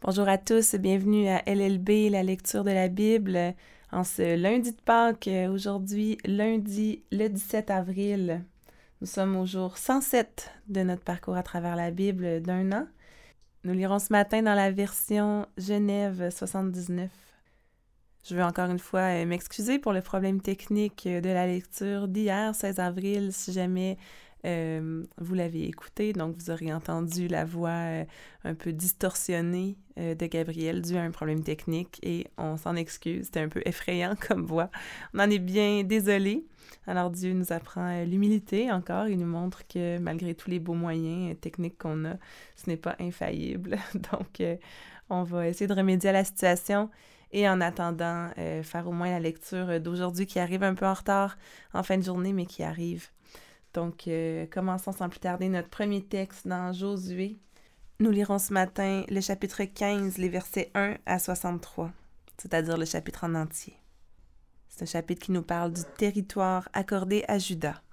Bonjour à tous, bienvenue à LLB, la lecture de la Bible, en ce lundi de Pâques, aujourd'hui, lundi, le 17 avril. Nous sommes au jour 107 de notre parcours à travers la Bible d'un an. Nous lirons ce matin dans la version Genève 79. Je veux encore une fois m'excuser pour le problème technique de la lecture d'hier, 16 avril, si jamais vous l'avez écouté, donc vous aurez entendu la voix un peu distorsionnée de Gabriel dû à un problème technique et on s'en excuse, c'était un peu effrayant comme voix. On en est bien désolé. Alors Dieu nous apprend l'humilité encore, il nous montre que malgré tous les beaux moyens techniques qu'on a, ce n'est pas infaillible. Donc on va essayer de remédier à la situation. Et en attendant, faire au moins la lecture d'aujourd'hui qui arrive un peu en retard en fin de journée, mais qui arrive. Donc, commençons sans plus tarder notre premier texte dans Josué. Nous lirons ce matin le chapitre 15, les versets 1 à 63, c'est-à-dire le chapitre en entier. C'est un chapitre qui nous parle du territoire accordé à Juda.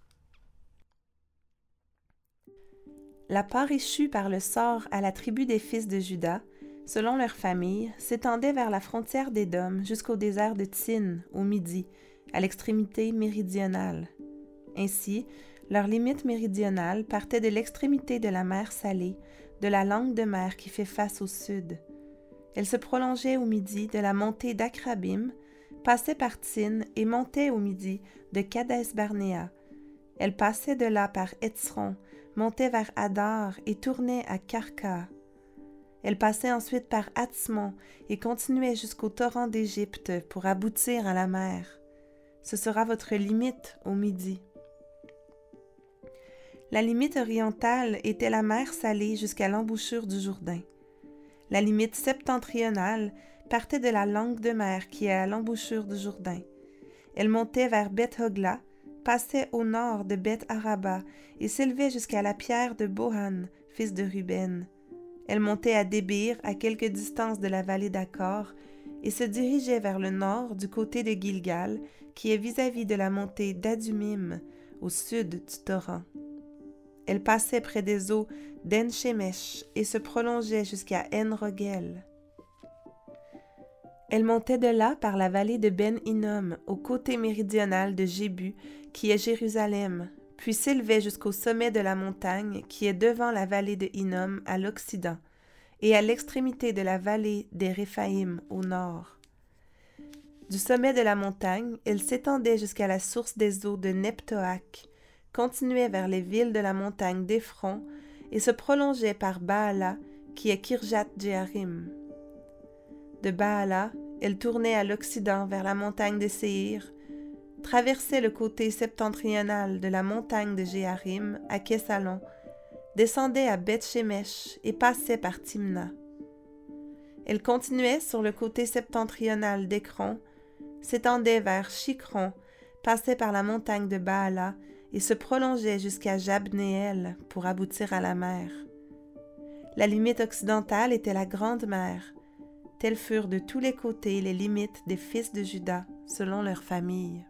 La part échue par le sort à la tribu des fils de Juda, selon leur famille, s'étendait vers la frontière d'Édom jusqu'au désert de Tsin, au midi, à l'extrémité méridionale. Ainsi, leur limite méridionale partait de l'extrémité de la mer Salée, de la langue de mer qui fait face au sud. Elle se prolongeait au midi de la montée d'Akrabim, passait par Tsin et montait au midi de Kadès Barnéa. Elle passait de là par Etzron, montait vers Hadar et tournait à Karka. Elle passait ensuite par Atzmon et continuait jusqu'au torrent d'Égypte pour aboutir à la mer. Ce sera votre limite au midi. La limite orientale était la mer Salée jusqu'à l'embouchure du Jourdain. La limite septentrionale partait de la langue de mer qui est à l'embouchure du Jourdain. Elle montait vers Beth-Hogla, passait au nord de Beth-Araba et s'élevait jusqu'à la pierre de Bohan, fils de Ruben. Elle montait à Débir, à quelque distance de la vallée d'Accor, et se dirigeait vers le nord du côté de Gilgal, qui est vis-à-vis de la montée d'Adumim, au sud du torrent. Elle passait près des eaux d'En-Shemesh et se prolongeait jusqu'à En-Rogel. Elle montait de là par la vallée de Ben-Hinnom, au côté méridional de Jébu, qui est Jérusalem, puis s'élevait jusqu'au sommet de la montagne, qui est devant la vallée de Hinnom à l'Occident, et à l'extrémité de la vallée des Réphaïm au nord. Du sommet de la montagne, elle s'étendait jusqu'à la source des eaux de Neptoak, continuait vers les villes de la montagne d'Éphron et se prolongeait par Baala, qui est Kirjat-Jearim. De Baala, elle tournait à l'occident vers la montagne de Séhir, traversait le côté septentrional de la montagne de Jéarim à Kessalon, descendait à Beth-Shemesh et passait par Timna. Elle continuait sur le côté septentrional d'Écron, s'étendait vers Shikron, passait par la montagne de Baala et se prolongeait jusqu'à Jabnéel pour aboutir à la mer. La limite occidentale était la Grande Mer. Telles furent de tous les côtés les limites des fils de Juda, selon leurs familles.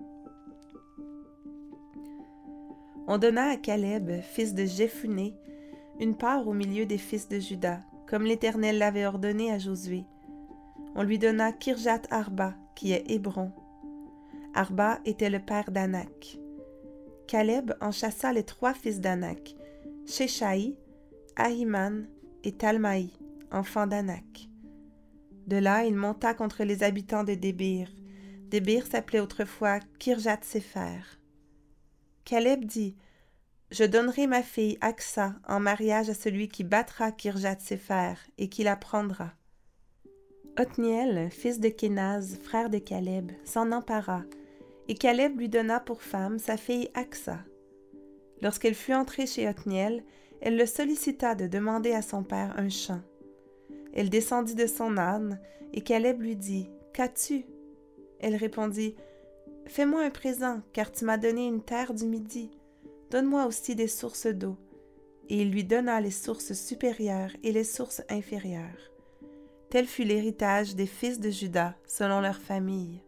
On donna à Caleb, fils de Jephuné, une part au milieu des fils de Juda, comme l'Éternel l'avait ordonné à Josué. On lui donna Kirjat Arba, qui est Hébron. Arba était le père d'Anak. Caleb en chassa les 3 fils d'Anak, Sheshaï, Ahiman et Talmaï, enfants d'Anak. De là, il monta contre les habitants de Débir. Débir s'appelait autrefois Kirjat-Séfer. Caleb dit, « Je donnerai ma fille Aksa en mariage à celui qui battra Kirjat-Séfer et qui la prendra. » Othniel, fils de Kénaz, frère de Caleb, s'en empara, et Caleb lui donna pour femme sa fille Aksa. Lorsqu'elle fut entrée chez Othniel, elle le sollicita de demander à son père un champ. Elle descendit de son âne, et Caleb lui dit, « Qu'as-tu? » Elle répondit, « Fais-moi un présent, car tu m'as donné une terre du Midi. Donne-moi aussi des sources d'eau. » Et il lui donna les sources supérieures et les sources inférieures. Tel fut l'héritage des fils de Juda, selon leurs familles.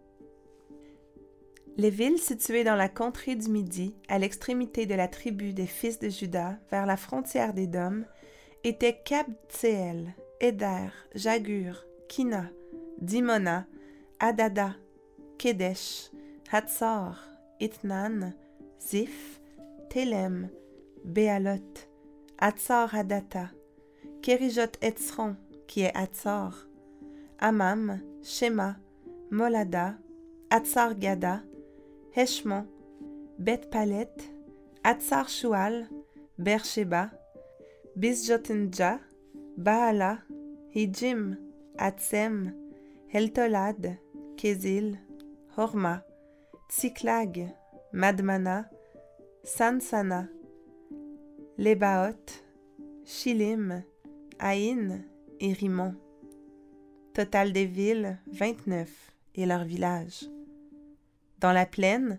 Les villes situées dans la contrée du Midi, à l'extrémité de la tribu des fils de Juda, vers la frontière d'Édom, étaient Kabtseel, Éder, Jagur, Kina, Dimona, Adada, Kedesh, Hatzor, Itnan, Ziph, Télem, Béalot, Hatzor Hadata, Kérijot Etzron, qui est Hatzor, Amam, Shema, Molada, Hatzar Gada, Heshmon, Bet Palet, Hatzar Shual, Beersheba, Bisjotinja, Baala, Hijim, Hatsem, Heltolad, Kézil, Horma, Tsiklag, Madmana, Sansana, Lébaoth, Shilim, Aïn et Rimon. Total des villes, 29, et leurs villages. Dans la plaine,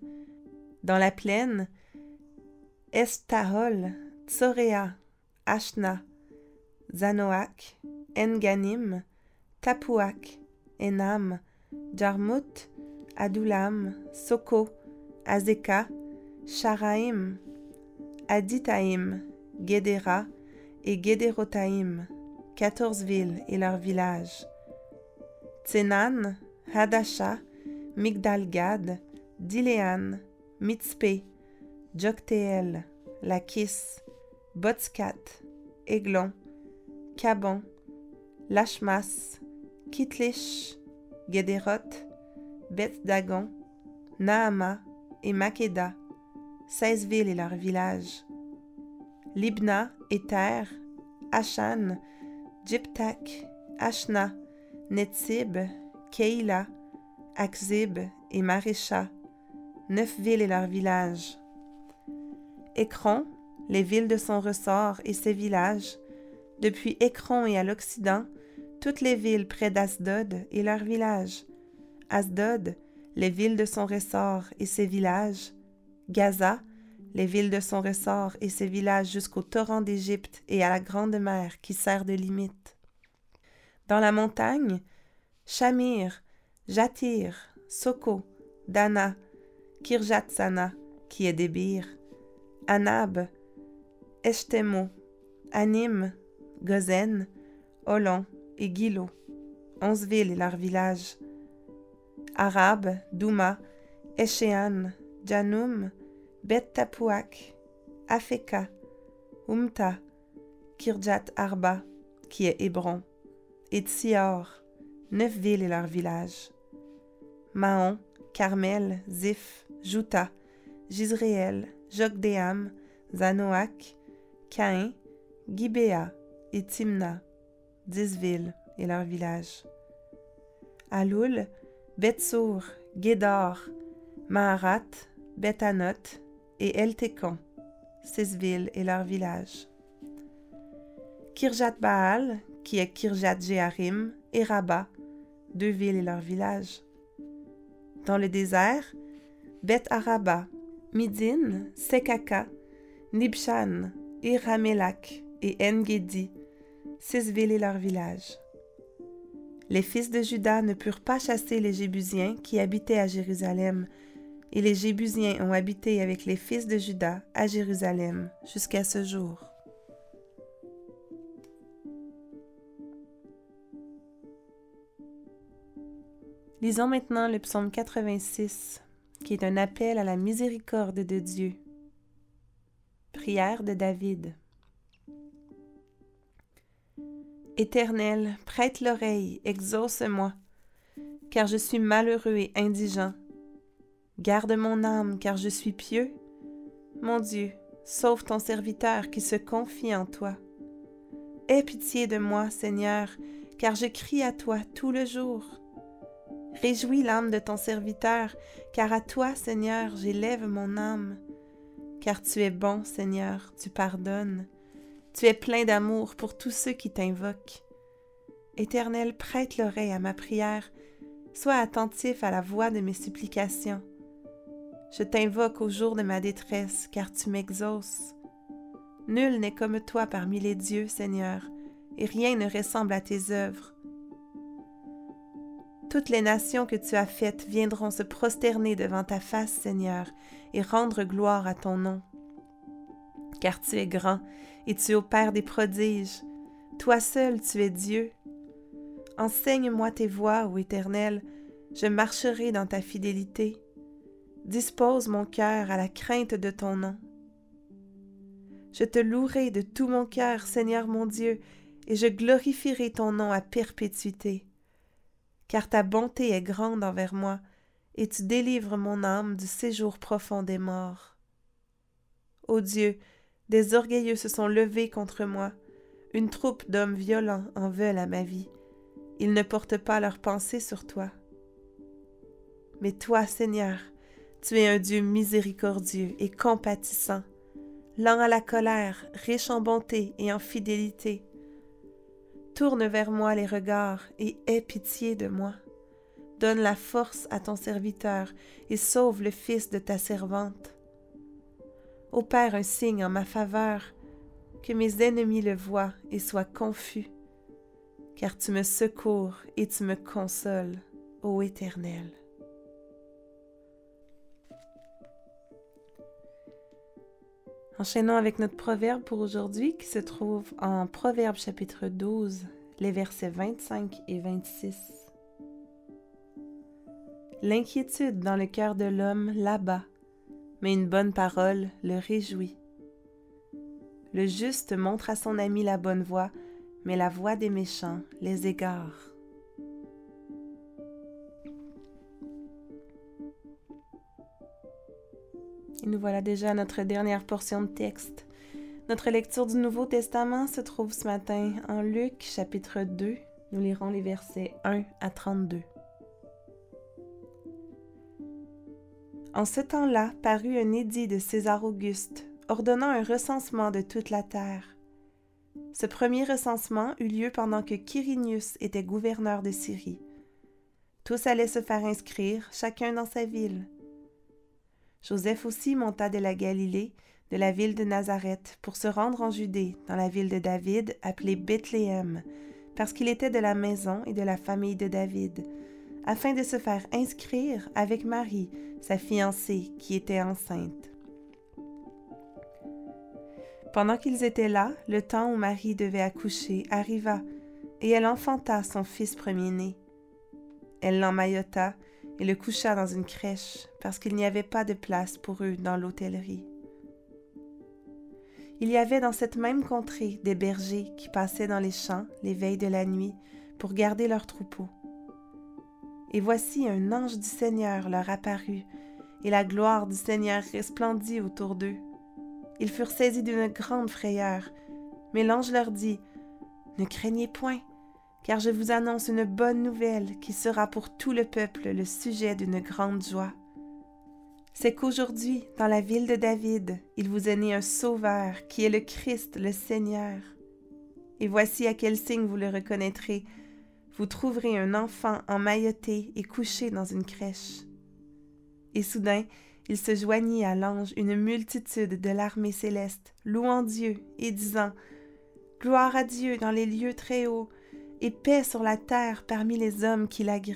Estahol, Tsoréa, Ashna, Zanoach, Enganim, Tapouach, Enam, Jarmut, Adulam, Soko, Azeka, Sharaim, Aditaim, Guédéra et Guédérotaim, 14 villes et leurs villages. Tsenan, Hadasha, Migdal-Gad, Diléan, Mitzpé, Joktéel, Lakis, Botskat, Églon, Cabon, Lachmas, Kitlish, Guédéroth, Beth-Dagon, Naama et Makeda, 16 villes et leurs villages. Libna, Éther, Ashan, Jiptak, Ashna, Netzib, Keïla, Akzib et Marécha, 9 villes et leurs villages. Écron, les villes de son ressort et ses villages, depuis Écron et à l'Occident, toutes les villes près d'Asdod et leurs villages. Asdod, les villes de son ressort et ses villages. Gaza, les villes de son ressort et ses villages jusqu'au torrent d'Égypte et à la grande mer qui sert de limite. Dans la montagne, Shamir, Jatir, Soko, Dana, Kirjatsana, qui est Débir, Anab, Eshtemo, Anim, Gozen, Olon et Gilo, 11 villes et leurs villages. Arab, Douma, Eshéan, Janum, Bet-Tapouach, Afeka, Umta, Kirjat Arba, qui est Hébron, et Tsior, 9 villes et leurs villages. Maon, Carmel, Ziph, Jouta, Jizréel, Jokdéam, Zanoach, Caïn, Gibéa et Timna, 10 villes et leurs villages. Aloul, Betsour, Guédor, Maharat, Bethanot et Eltécon, 6 villes et leurs villages. Kirjat Baal, qui est Kirjat Jéarim, et Rabat, 2 villes et leurs villages. Dans le désert, Beth Araba, Midin, Sekaka, Nibshan, Iramelak et En-Gedi, 6 villes et leurs villages. Les fils de Juda ne purent pas chasser les Jébusiens qui habitaient à Jérusalem, et les Jébusiens ont habité avec les fils de Juda à Jérusalem jusqu'à ce jour. Lisons maintenant le psaume 86, qui est un appel à la miséricorde de Dieu. Prière de David. Éternel, prête l'oreille, exauce-moi, car je suis malheureux et indigent. Garde mon âme, car je suis pieux. Mon Dieu, sauve ton serviteur qui se confie en toi. Aie pitié de moi, Seigneur, car je crie à toi tout le jour. Réjouis l'âme de ton serviteur, car à toi, Seigneur, j'élève mon âme. Car tu es bon, Seigneur, tu pardonnes. Tu es plein d'amour pour tous ceux qui t'invoquent. Éternel, prête l'oreille à ma prière. Sois attentif à la voix de mes supplications. Je t'invoque au jour de ma détresse, car tu m'exauces. Nul n'est comme toi parmi les dieux, Seigneur, et rien ne ressemble à tes œuvres. Toutes les nations que tu as faites viendront se prosterner devant ta face, Seigneur, et rendre gloire à ton nom. Car tu es grand, et tu opères des prodiges. Toi seul, tu es Dieu. Enseigne-moi tes voies, ô Éternel, je marcherai dans ta fidélité. Dispose mon cœur à la crainte de ton nom. Je te louerai de tout mon cœur, Seigneur mon Dieu, et je glorifierai ton nom à perpétuité. Car ta bonté est grande envers moi, et tu délivres mon âme du séjour profond des morts. Ô Dieu, des orgueilleux se sont levés contre moi, une troupe d'hommes violents en veulent à ma vie. Ils ne portent pas leurs pensées sur toi. Mais toi, Seigneur, tu es un Dieu miséricordieux et compatissant, lent à la colère, riche en bonté et en fidélité. Tourne vers moi les regards et aie pitié de moi. Donne la force à ton serviteur et sauve le fils de ta servante. Opère un signe en ma faveur, que mes ennemis le voient et soient confus, car tu me secours et tu me consoles, ô Éternel. Enchaînons avec notre proverbe pour aujourd'hui qui se trouve en Proverbe chapitre 12, les versets 25 et 26. L'inquiétude dans le cœur de l'homme l'abat, mais une bonne parole le réjouit. Le juste montre à son ami la bonne voie, mais la voie des méchants les égare. Et nous voilà déjà à notre dernière portion de texte. Notre lecture du Nouveau Testament se trouve ce matin en Luc chapitre 2. Nous lirons les versets 1 à 32. En ce temps-là parut un édit de César Auguste, ordonnant un recensement de toute la terre. Ce premier recensement eut lieu pendant que Quirinius était gouverneur de Syrie. Tous allaient se faire inscrire, chacun dans sa ville. Joseph aussi monta de la Galilée, de la ville de Nazareth, pour se rendre en Judée, dans la ville de David, appelée Bethléem, parce qu'il était de la maison et de la famille de David, afin de se faire inscrire avec Marie, sa fiancée, qui était enceinte. Pendant qu'ils étaient là, le temps où Marie devait accoucher arriva, et elle enfanta son fils premier-né. Elle l'emmaillota et le coucha dans une crèche, parce qu'il n'y avait pas de place pour eux dans l'hôtellerie. Il y avait dans cette même contrée des bergers qui passaient dans les champs les veilles de la nuit pour garder leurs troupeaux. Et voici un ange du Seigneur leur apparut, et la gloire du Seigneur resplendit autour d'eux. Ils furent saisis d'une grande frayeur, mais l'ange leur dit : « Ne craignez point, car je vous annonce une bonne nouvelle qui sera pour tout le peuple le sujet d'une grande joie. C'est qu'aujourd'hui, dans la ville de David, il vous est né un Sauveur, qui est le Christ, le Seigneur. Et voici à quel signe vous le reconnaîtrez. Vous trouverez un enfant emmailloté et couché dans une crèche. » Et soudain, il se joignit à l'ange une multitude de l'armée céleste, louant Dieu et disant : « Gloire à Dieu dans les lieux très hauts, et paix sur la terre parmi les hommes qui l'agréent. »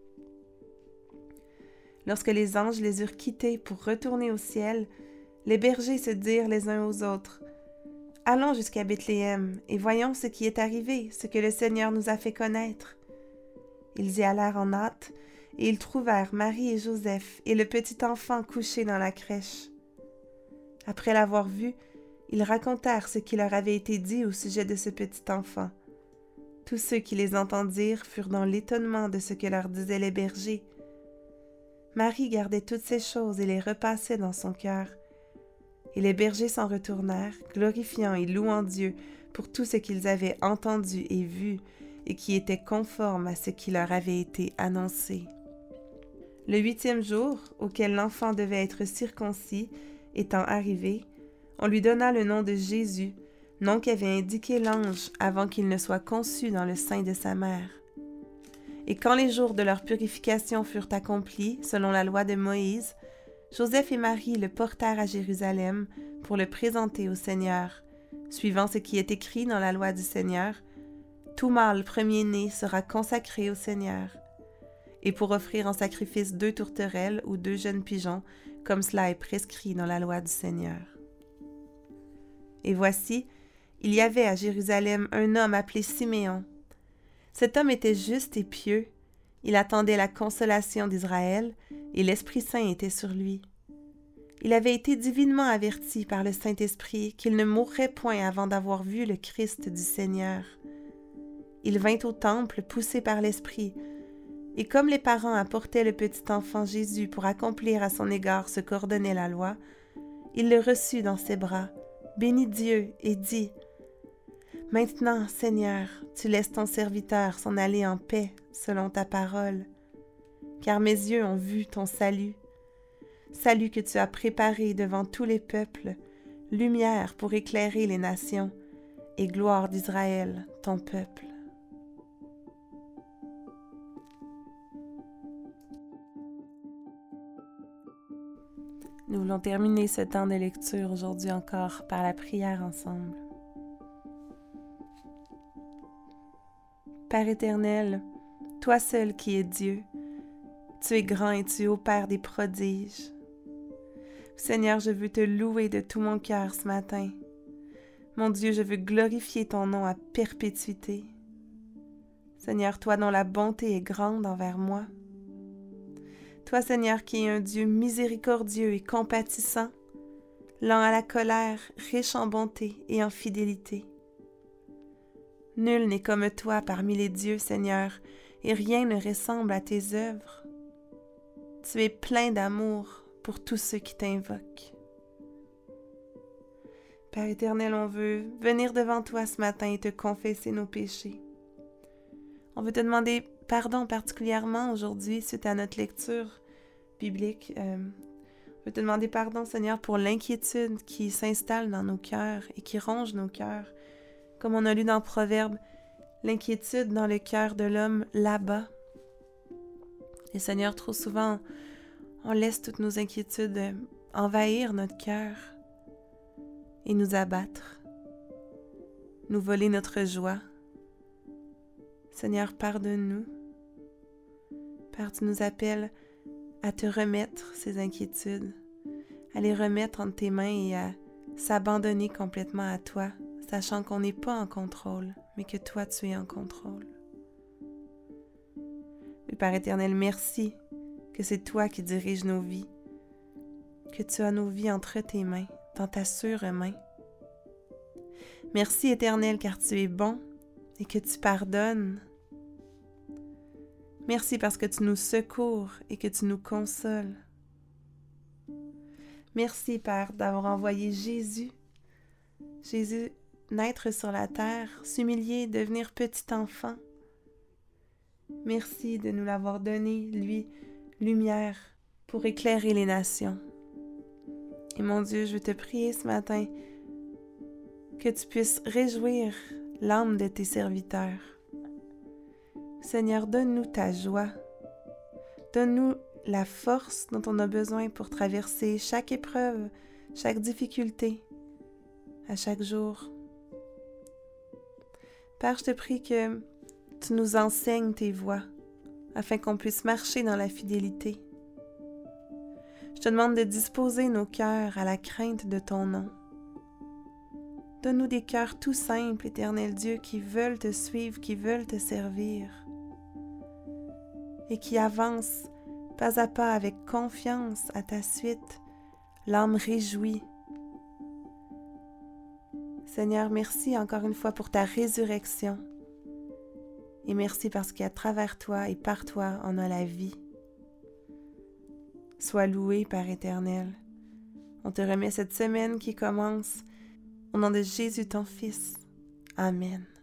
Lorsque les anges les eurent quittés pour retourner au ciel, les bergers se dirent les uns aux autres : « Allons jusqu'à Bethléem, et voyons ce qui est arrivé, ce que le Seigneur nous a fait connaître. » Ils y allèrent en hâte, et ils trouvèrent Marie et Joseph et le petit enfant couché dans la crèche. Après l'avoir vu, ils racontèrent ce qui leur avait été dit au sujet de ce petit enfant. Tous ceux qui les entendirent furent dans l'étonnement de ce que leur disaient les bergers. Marie gardait toutes ces choses et les repassait dans son cœur. Et les bergers s'en retournèrent, glorifiant et louant Dieu pour tout ce qu'ils avaient entendu et vu, et qui était conforme à ce qui leur avait été annoncé. Le 8e jour, auquel l'enfant devait être circoncis, étant arrivé, on lui donna le nom de Jésus, nom qu'avait indiqué l'ange avant qu'il ne soit conçu dans le sein de sa mère. Et quand les jours de leur purification furent accomplis, selon la loi de Moïse, Joseph et Marie le portèrent à Jérusalem pour le présenter au Seigneur, suivant ce qui est écrit dans la loi du Seigneur. Tout mâle premier-né sera consacré au Seigneur, et pour offrir en sacrifice 2 tourterelles ou 2 jeunes pigeons, comme cela est prescrit dans la loi du Seigneur. Et voici, il y avait à Jérusalem un homme appelé Siméon. Cet homme était juste et pieux. Il attendait la consolation d'Israël et l'Esprit Saint était sur lui. Il avait été divinement averti par le Saint-Esprit qu'il ne mourrait point avant d'avoir vu le Christ du Seigneur. Il vint au temple poussé par l'Esprit, et comme les parents apportaient le petit enfant Jésus pour accomplir à son égard ce qu'ordonnait la loi, il le reçut dans ses bras, bénit Dieu et dit : « Maintenant, Seigneur, tu laisses ton serviteur s'en aller en paix selon ta parole, car mes yeux ont vu ton salut, salut que tu as préparé devant tous les peuples, lumière pour éclairer les nations et gloire d'Israël, ton peuple. » Nous voulons terminer ce temps de lecture aujourd'hui encore par la prière ensemble. Père éternel, toi seul qui es Dieu, tu es grand et tu opères des prodiges. Seigneur, je veux te louer de tout mon cœur ce matin. Mon Dieu, je veux glorifier ton nom à perpétuité. Seigneur, toi dont la bonté est grande envers moi. Toi, Seigneur, qui es un Dieu miséricordieux et compatissant, lent à la colère, riche en bonté et en fidélité. Nul n'est comme toi parmi les dieux, Seigneur, et rien ne ressemble à tes œuvres. Tu es plein d'amour pour tous ceux qui t'invoquent. Père éternel, on veut venir devant toi ce matin et te confesser nos péchés. On veut te demander pardon particulièrement aujourd'hui suite à notre lecture biblique. On veut te demander pardon, Seigneur, pour l'inquiétude qui s'installe dans nos cœurs et qui ronge nos cœurs. Comme on a lu dans Proverbe, l'inquiétude dans le cœur de l'homme l'abat. Et Seigneur, trop souvent, on laisse toutes nos inquiétudes envahir notre cœur et nous abattre, nous voler notre joie. Seigneur, pardonne-nous. Père, tu nous appelles à te remettre ces inquiétudes, à les remettre entre tes mains et à s'abandonner complètement à toi, sachant qu'on n'est pas en contrôle, mais que toi, tu es en contrôle. Oui, Père éternel, merci que c'est toi qui diriges nos vies, que tu as nos vies entre tes mains, dans ta sûre main. Merci, Éternel, car tu es bon et que tu pardonnes. Merci parce que tu nous secours et que tu nous consoles. Merci, Père, d'avoir envoyé Jésus naître sur la terre, s'humilier, devenir petit enfant. Merci de nous l'avoir donné, lui, lumière, pour éclairer les nations. Et mon Dieu, je veux te prier ce matin que tu puisses réjouir l'âme de tes serviteurs. Seigneur, donne-nous ta joie. Donne-nous la force dont on a besoin pour traverser chaque épreuve, chaque difficulté, à chaque jour. Père, je te prie que tu nous enseignes tes voies, afin qu'on puisse marcher dans la fidélité. Je te demande de disposer nos cœurs à la crainte de ton nom. Donne-nous des cœurs tout simples, Éternel Dieu, qui veulent te suivre, qui veulent te servir et qui avancent pas à pas avec confiance à ta suite, l'âme réjouie. Seigneur, merci encore une fois pour ta résurrection et merci parce qu'à travers toi et par toi, on a la vie. Sois loué, Père éternel. On te remet cette semaine qui commence. Au nom de Jésus, ton Fils. Amen.